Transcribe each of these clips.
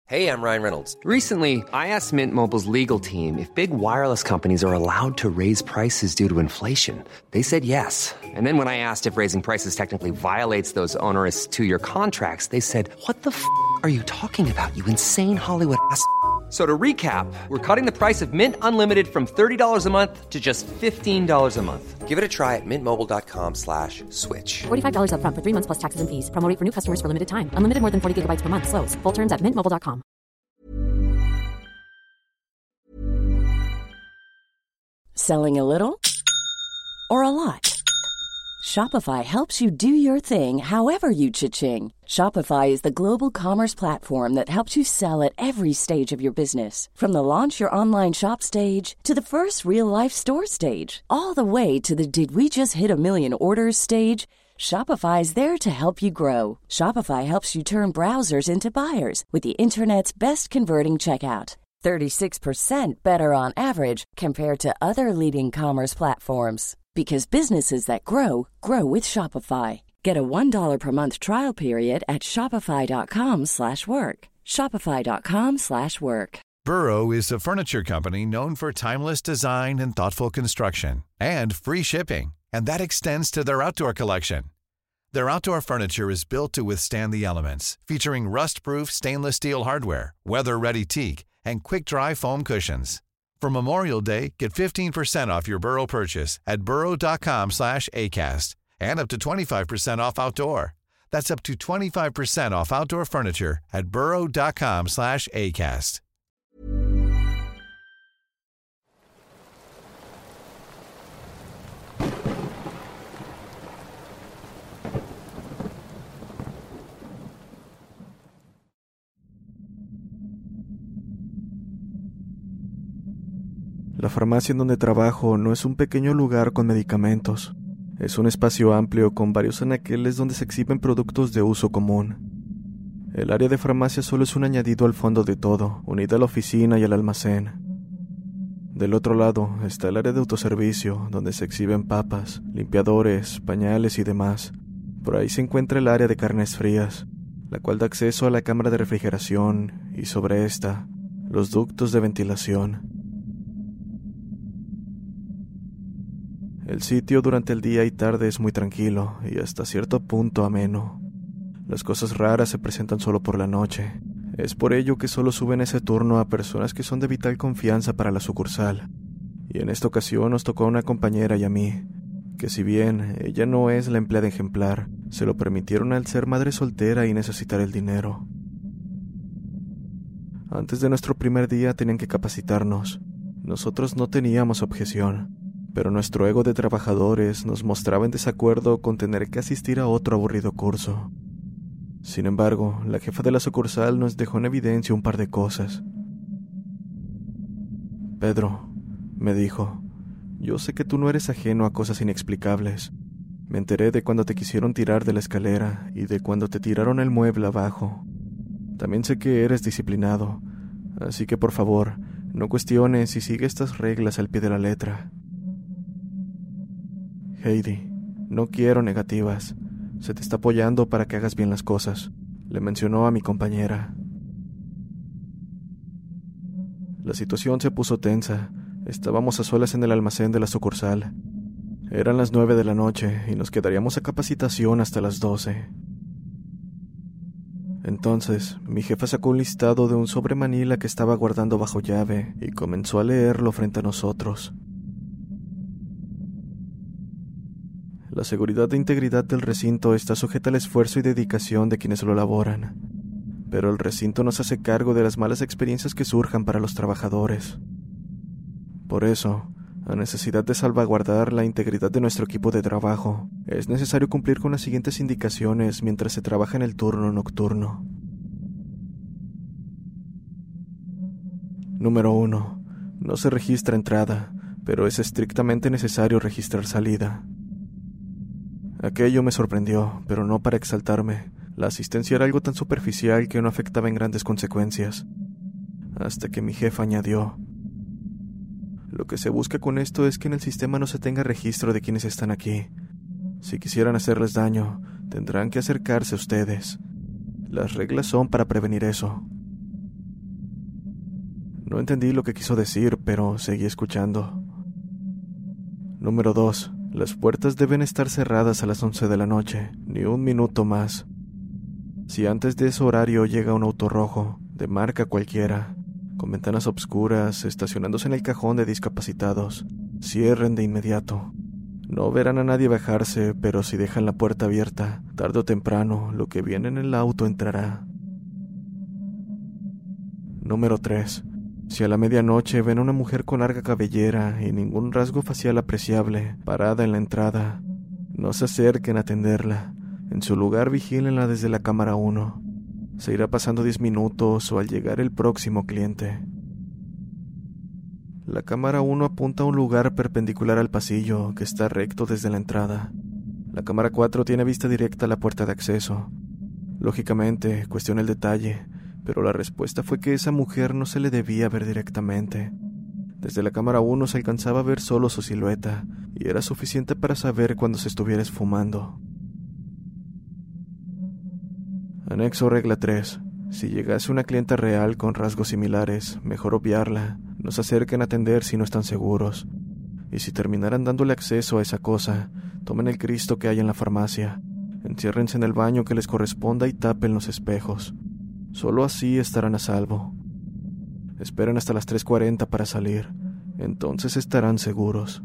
Hey, I'm Ryan Reynolds. Recently, I asked Mint Mobile's legal team if big wireless companies are allowed to raise prices due to inflation. They said yes. And then when I asked if raising prices technically violates those onerous two-year contracts, they said, "What the f*** are you talking about, you insane Hollywood ass?" So to recap, we're cutting the price of Mint Unlimited from $30 a month to just $15 a month. Give it a try at mintmobile.com/switch. $45 up front for 3 months plus taxes and fees. Promo rate for new customers for limited time. Unlimited more than 40 gigabytes per month. Slows full terms at mintmobile.com. Selling a little or a lot? Shopify helps you do your thing however you cha-ching. Shopify is the global commerce platform that helps you sell at every stage of your business. From the launch your online shop stage to the first real-life store stage, all the way to the did we just hit a million orders stage. Shopify is there to help you grow. Shopify helps you turn browsers into buyers with the internet's best converting checkout. 36% better on average compared to other leading commerce platforms. Because businesses that grow, grow with Shopify. Get a $1 per month trial period at shopify.com/work. Shopify.com/work. Burrow is a furniture company known for timeless design and thoughtful construction, and free shipping, and that extends to their outdoor collection. Their outdoor furniture is built to withstand the elements, featuring rust-proof stainless steel hardware, weather-ready teak, and quick-dry foam cushions. For Memorial Day, get 15% off your Burrow purchase at burrow.com/ACAST and up to 25% off outdoor. That's up to 25% off outdoor furniture at burrow.com/ACAST. La farmacia en donde trabajo no es un pequeño lugar con medicamentos. Es un espacio amplio con varios anaqueles donde se exhiben productos de uso común. El área de farmacia solo es un añadido al fondo de todo, unida a la oficina y al almacén. Del otro lado está el área de autoservicio, donde se exhiben papas, limpiadores, pañales y demás. Por ahí se encuentra el área de carnes frías, la cual da acceso a la cámara de refrigeración y sobre esta, los ductos de ventilación. El sitio durante el día y tarde es muy tranquilo y hasta cierto punto ameno. Las cosas raras se presentan solo por la noche. Es por ello que solo suben ese turno a personas que son de vital confianza para la sucursal. Y en esta ocasión nos tocó a una compañera y a mí, que si bien ella no es la empleada ejemplar, se lo permitieron al ser madre soltera y necesitar el dinero. Antes de nuestro primer día tenían que capacitarnos. Nosotros no teníamos objeción, pero nuestro ego de trabajadores nos mostraba en desacuerdo con tener que asistir a otro aburrido curso. Sin embargo, la jefa de la sucursal nos dejó en evidencia un par de cosas. Pedro, me dijo, yo sé que tú no eres ajeno a cosas inexplicables. Me enteré de cuando te quisieron tirar de la escalera y de cuando te tiraron el mueble abajo. También sé que eres disciplinado, así que por favor, no cuestiones y sigue estas reglas al pie de la letra. Heidi, no quiero negativas. Se te está apoyando para que hagas bien las cosas, le mencionó a mi compañera. La situación se puso tensa. Estábamos a solas en el almacén de la sucursal. Eran las 9 de la noche y nos quedaríamos a capacitación hasta las 12. Entonces, mi jefa sacó un listado de un sobre manila que estaba guardando bajo llave y comenzó a leerlo frente a nosotros. La seguridad e integridad del recinto está sujeta al esfuerzo y dedicación de quienes lo elaboran, pero el recinto no se hace cargo de las malas experiencias que surjan para los trabajadores. Por eso, a necesidad de salvaguardar la integridad de nuestro equipo de trabajo, es necesario cumplir con las siguientes indicaciones mientras se trabaja en el turno nocturno. Número 1. No se registra entrada, pero es estrictamente necesario registrar salida. Aquello me sorprendió, pero no para exaltarme. La asistencia era algo tan superficial que no afectaba en grandes consecuencias. Hasta que mi jefa añadió: lo que se busca con esto es que en el sistema no se tenga registro de quienes están aquí. Si quisieran hacerles daño, tendrán que acercarse a ustedes. Las reglas son para prevenir eso. No entendí lo que quiso decir, pero seguí escuchando. Número 2. Las puertas deben estar cerradas a las 11 de la noche, ni un minuto más. Si antes de ese horario llega un auto rojo, de marca cualquiera, con ventanas obscuras, estacionándose en el cajón de discapacitados, cierren de inmediato. No verán a nadie bajarse, pero si dejan la puerta abierta, tarde o temprano, lo que viene en el auto entrará. Número 3. Si a la medianoche ven a una mujer con larga cabellera y ningún rasgo facial apreciable parada en la entrada, no se acerquen a atenderla. En su lugar vigílenla desde la cámara 1. Se irá pasando 10 minutos o al llegar el próximo cliente. La cámara 1 apunta a un lugar perpendicular al pasillo que está recto desde la entrada. La cámara 4 tiene vista directa a la puerta de acceso. Lógicamente, cuestiona el detalle, pero la respuesta fue que esa mujer no se le debía ver directamente. Desde la cámara 1 se alcanzaba a ver solo su silueta, y era suficiente para saber cuando se estuviera esfumando. Anexo regla 3. Si llegase una clienta real con rasgos similares, mejor obviarla. No se acerquen a atender si no están seguros. Y si terminaran dándole acceso a esa cosa, tomen el Cristo que hay en la farmacia, enciérrense en el baño que les corresponda y tapen los espejos. Solo así estarán a salvo. Esperen hasta las 3:40 para salir, entonces estarán seguros.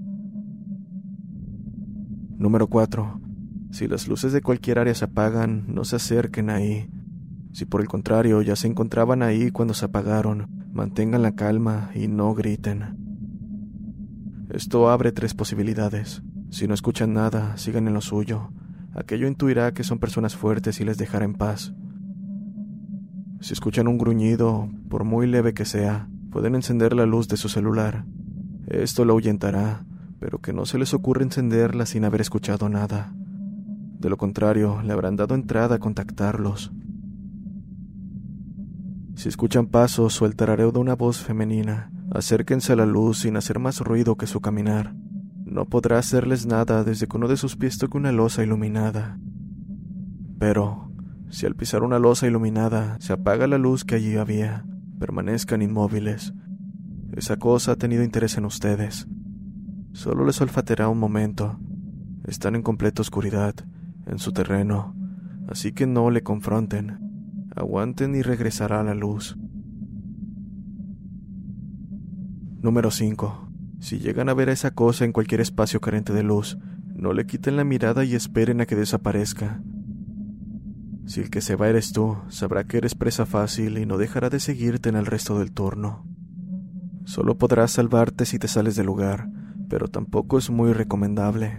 Número 4. Si las luces de cualquier área se apagan, no se acerquen ahí. Si por el contrario ya se encontraban ahí cuando se apagaron, mantengan la calma y no griten. Esto abre 3 posibilidades. Si no escuchan nada, sigan en lo suyo. Aquello intuirá que son personas fuertes y les dejará en paz. Si escuchan un gruñido, por muy leve que sea, pueden encender la luz de su celular. Esto lo ahuyentará, pero que no se les ocurra encenderla sin haber escuchado nada. De lo contrario, le habrán dado entrada a contactarlos. Si escuchan pasos o el tarareo de una voz femenina, acérquense a la luz sin hacer más ruido que su caminar. No podrá hacerles nada desde que uno de sus pies toque una losa iluminada. Pero, si al pisar una losa iluminada se apaga la luz que allí había, permanezcan inmóviles. Esa cosa ha tenido interés en ustedes. Solo les olfateará un momento. Están en completa oscuridad, en su terreno, así que no le confronten. Aguanten y regresará a la luz. Número 5. Si llegan a ver a esa cosa en cualquier espacio carente de luz, no le quiten la mirada y esperen a que desaparezca. Si el que se va eres tú, sabrá que eres presa fácil y no dejará de seguirte en el resto del turno. Solo podrás salvarte si te sales del lugar, pero tampoco es muy recomendable.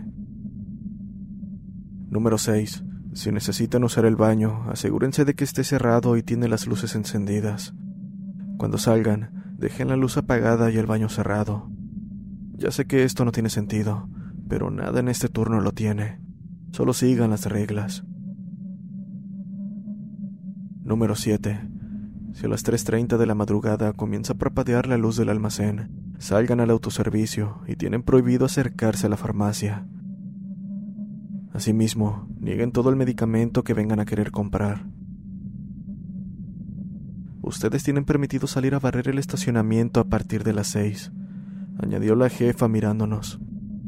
Número 6. Si necesitan usar el baño, asegúrense de que esté cerrado y tiene las luces encendidas. Cuando salgan, dejen la luz apagada y el baño cerrado. Ya sé que esto no tiene sentido, pero nada en este turno lo tiene. Solo sigan las reglas. Número 7. Si a las 3:30 de la madrugada comienza a parpadear la luz del almacén, salgan al autoservicio y tienen prohibido acercarse a la farmacia. Asimismo, nieguen todo el medicamento que vengan a querer comprar. Ustedes tienen permitido salir a barrer el estacionamiento a partir de las 6, añadió la jefa mirándonos.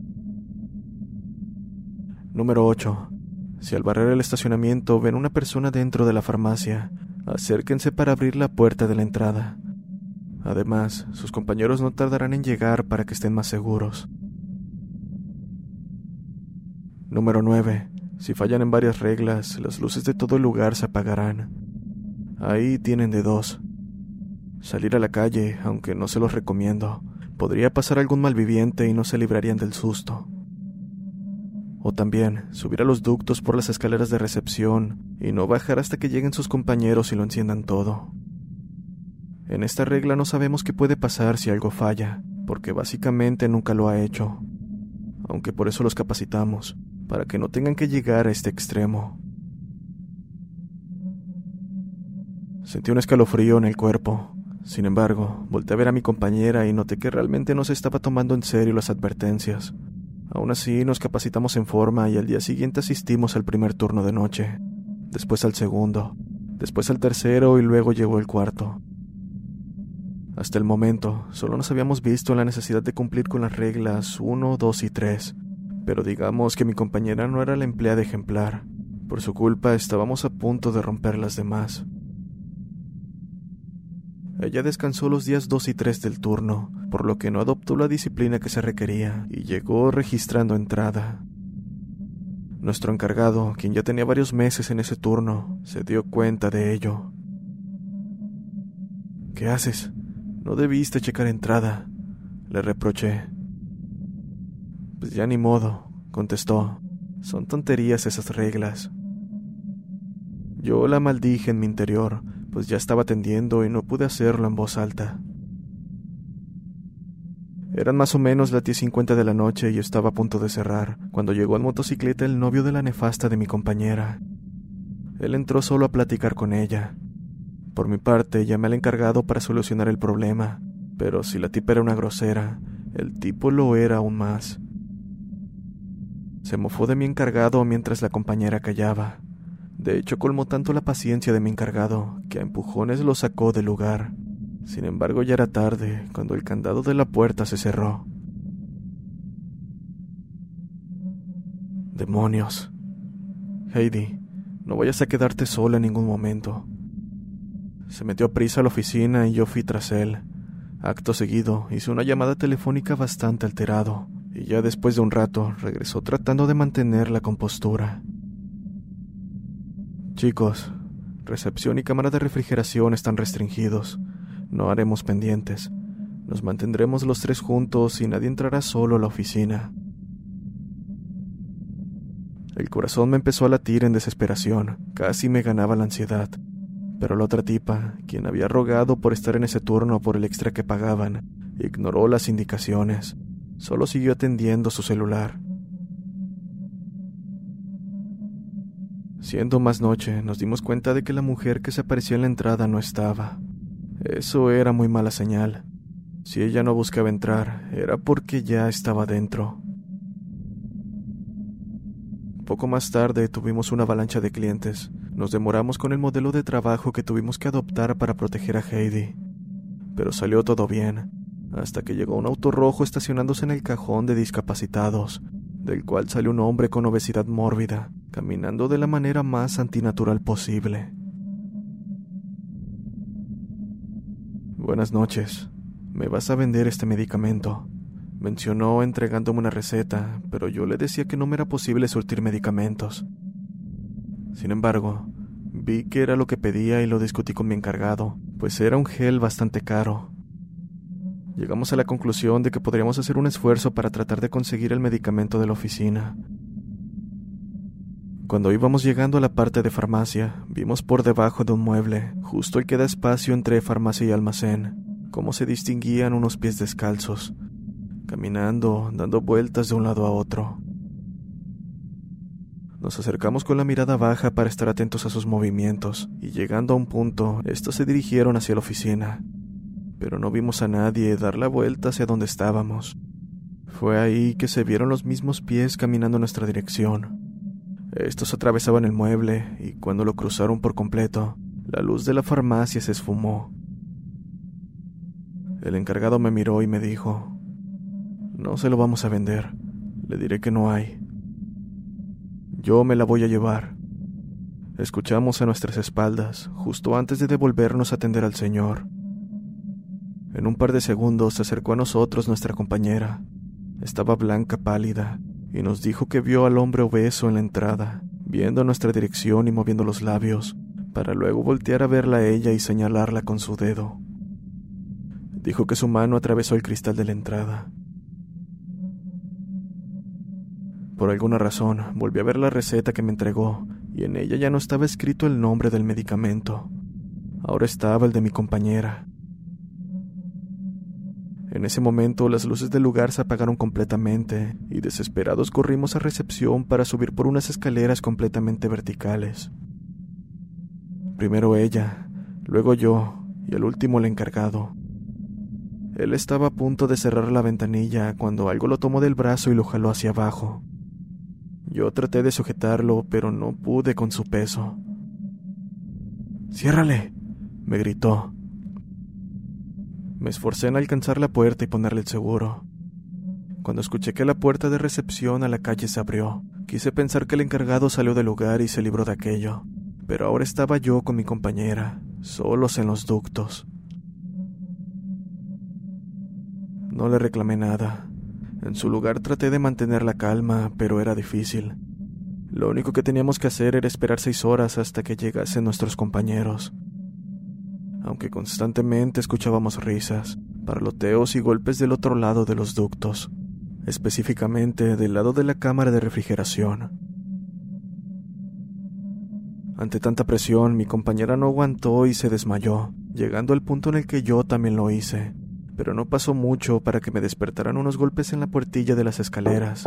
Número 8. Si al barrer el estacionamiento ven una persona dentro de la farmacia, acérquense para abrir la puerta de la entrada. Además, sus compañeros no tardarán en llegar para que estén más seguros. Número 9. Si fallan en varias reglas, las luces de todo el lugar se apagarán. Ahí tienen de dos. Salir a la calle, aunque no se los recomiendo. Podría pasar algún malviviente y no se librarían del susto. O también, subir a los ductos por las escaleras de recepción y no bajar hasta que lleguen sus compañeros y lo enciendan todo. En esta regla no sabemos qué puede pasar si algo falla, porque básicamente nunca lo ha hecho. Aunque por eso los capacitamos, para que no tengan que llegar a este extremo. Sentí un escalofrío en el cuerpo. Sin embargo, volteé a ver a mi compañera y noté que realmente no se estaba tomando en serio las advertencias. Aún así, nos capacitamos en forma y al día siguiente asistimos al primer turno de noche, después al segundo, después al tercero y luego llegó el cuarto. Hasta el momento, solo nos habíamos visto en la necesidad de cumplir con las reglas 1, 2 y 3, pero digamos que mi compañera no era la empleada ejemplar. Por su culpa estábamos a punto de romper las demás. Ella descansó los días 2 y 3 del turno, por lo que no adoptó la disciplina que se requería y llegó registrando entrada. Nuestro encargado, quien ya tenía varios meses en ese turno, se dio cuenta de ello. «¿Qué haces? No debiste checar entrada», le reproché. «Pues ya ni modo», contestó. «Son tonterías esas reglas». Yo la maldije en mi interior, pues ya estaba atendiendo y no pude hacerlo en voz alta. Eran más o menos las 10:50 de la noche y estaba a punto de cerrar, cuando llegó en motocicleta el novio de la nefasta de mi compañera. Él entró solo a platicar con ella. Por mi parte, llamé al encargado para solucionar el problema, pero si la tipa era una grosera, el tipo lo era aún más. Se mofó de mi encargado mientras la compañera callaba. De hecho, colmó tanto la paciencia de mi encargado que a empujones lo sacó del lugar. Sin embargo, ya era tarde cuando el candado de la puerta se cerró. ¡Demonios! Heidi, no vayas a quedarte sola en ningún momento. Se metió a prisa a la oficina y yo fui tras él. Acto seguido, hice una llamada telefónica bastante alterado, y ya después de un rato regresó tratando de mantener la compostura. Chicos, recepción y cámara de refrigeración están restringidos. No haremos pendientes. Nos mantendremos los 3 juntos y nadie entrará solo a la oficina. El corazón me empezó a latir en desesperación. Casi me ganaba la ansiedad. Pero la otra tipa, quien había rogado por estar en ese turno por el extra que pagaban, ignoró las indicaciones. Solo siguió atendiendo su celular. Siendo más noche, nos dimos cuenta de que la mujer que se apareció en la entrada no estaba. Eso era muy mala señal. Si ella no buscaba entrar, era porque ya estaba dentro. Poco más tarde tuvimos una avalancha de clientes. Nos demoramos con el modelo de trabajo que tuvimos que adoptar para proteger a Heidi. Pero salió todo bien, hasta que llegó un auto rojo estacionándose en el cajón de discapacitados, del cual salió un hombre con obesidad mórbida, caminando de la manera más antinatural posible. «Buenas noches. ¿Me vas a vender este medicamento?», mencionó entregándome una receta, pero yo le decía que no me era posible surtir medicamentos. Sin embargo, vi que era lo que pedía y lo discutí con mi encargado, pues era un gel bastante caro. Llegamos a la conclusión de que podríamos hacer un esfuerzo para tratar de conseguir el medicamento de la oficina. Cuando íbamos llegando a la parte de farmacia, vimos por debajo de un mueble, justo el que da espacio entre farmacia y almacén, cómo se distinguían unos pies descalzos, caminando, dando vueltas de un lado a otro. Nos acercamos con la mirada baja para estar atentos a sus movimientos, y llegando a un punto, estos se dirigieron hacia la oficina. Pero no vimos a nadie dar la vuelta hacia donde estábamos. Fue ahí que se vieron los mismos pies caminando en nuestra dirección. Estos atravesaban el mueble, y cuando lo cruzaron por completo, la luz de la farmacia se esfumó. El encargado me miró y me dijo: «No se lo vamos a vender. Le diré que no hay. Yo me la voy a llevar». Escuchamos a nuestras espaldas, justo antes de devolvernos a atender al señor. En un par de segundos se acercó a nosotros nuestra compañera. Estaba blanca, pálida, y nos dijo que vio al hombre obeso en la entrada, viendo nuestra dirección y moviendo los labios, para luego voltear a verla a ella y señalarla con su dedo. Dijo que su mano atravesó el cristal de la entrada. Por alguna razón, volví a ver la receta que me entregó, y en ella ya no estaba escrito el nombre del medicamento. Ahora estaba el de mi compañera. En ese momento, las luces del lugar se apagaron completamente, y desesperados corrimos a recepción para subir por unas escaleras completamente verticales. Primero ella, luego yo, y al último el encargado. Él estaba a punto de cerrar la ventanilla cuando algo lo tomó del brazo y lo jaló hacia abajo. Yo traté de sujetarlo, pero no pude con su peso. «¡Ciérrale!», me gritó. Me esforcé en alcanzar la puerta y ponerle el seguro. Cuando escuché que la puerta de recepción a la calle se abrió, quise pensar que el encargado salió del lugar y se libró de aquello, pero ahora estaba yo con mi compañera, solos en los ductos. No le reclamé nada. En su lugar traté de mantener la calma, pero era difícil. Lo único que teníamos que hacer era esperar 6 horas hasta que llegasen nuestros compañeros. Aunque constantemente escuchábamos risas, parloteos y golpes del otro lado de los ductos, específicamente del lado de la cámara de refrigeración. Ante tanta presión, mi compañera no aguantó y se desmayó, llegando al punto en el que yo también lo hice, pero no pasó mucho para que me despertaran unos golpes en la puertilla de las escaleras.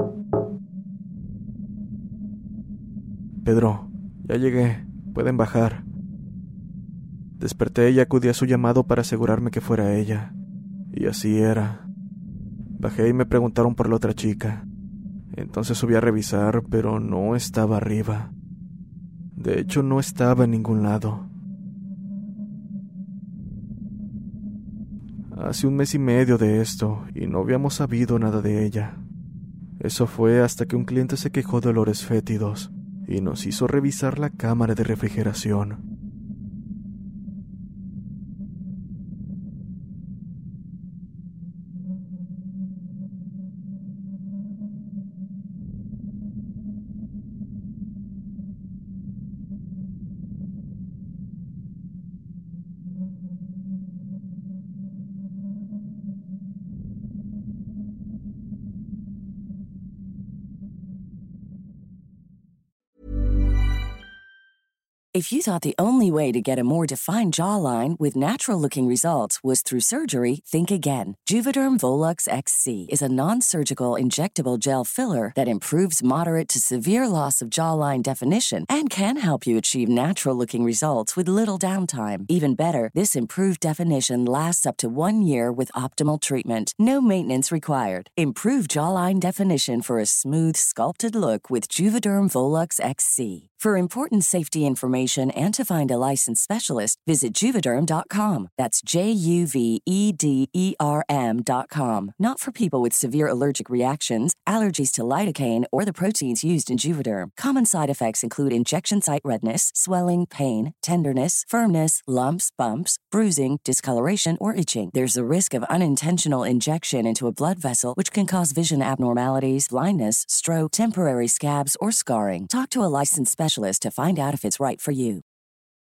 «Pedro, ya llegué, pueden bajar». Desperté y acudí a su llamado para asegurarme que fuera ella, y así era. Bajé y me preguntaron por la otra chica. Entonces subí a revisar, pero no estaba arriba. De hecho, no estaba en ningún lado. Hace 1 mes y medio de esto, y no habíamos sabido nada de ella. Eso fue hasta que un cliente se quejó de olores fétidos, y nos hizo revisar la cámara de refrigeración. If you thought the only way to get a more defined jawline with natural-looking results was through surgery, think again. Juvederm Volux XC is a non-surgical injectable gel filler that improves moderate to severe loss of jawline definition and can help you achieve natural-looking results with little downtime. Even better, this improved definition lasts up to 1 year with optimal treatment. No maintenance required. Improve jawline definition for a smooth, sculpted look with Juvederm Volux XC. For important safety information and to find a licensed specialist, visit Juvederm.com. That's JUVEDERM.com. Not for people with severe allergic reactions, allergies to lidocaine, or the proteins used in Juvederm. Common side effects include injection site redness, swelling, pain, tenderness, firmness, lumps, bumps, bruising, discoloration, or itching. There's a risk of unintentional injection into a blood vessel, which can cause vision abnormalities, blindness, stroke, temporary scabs, or scarring. Talk to a licensed specialist to find out if it's right for you.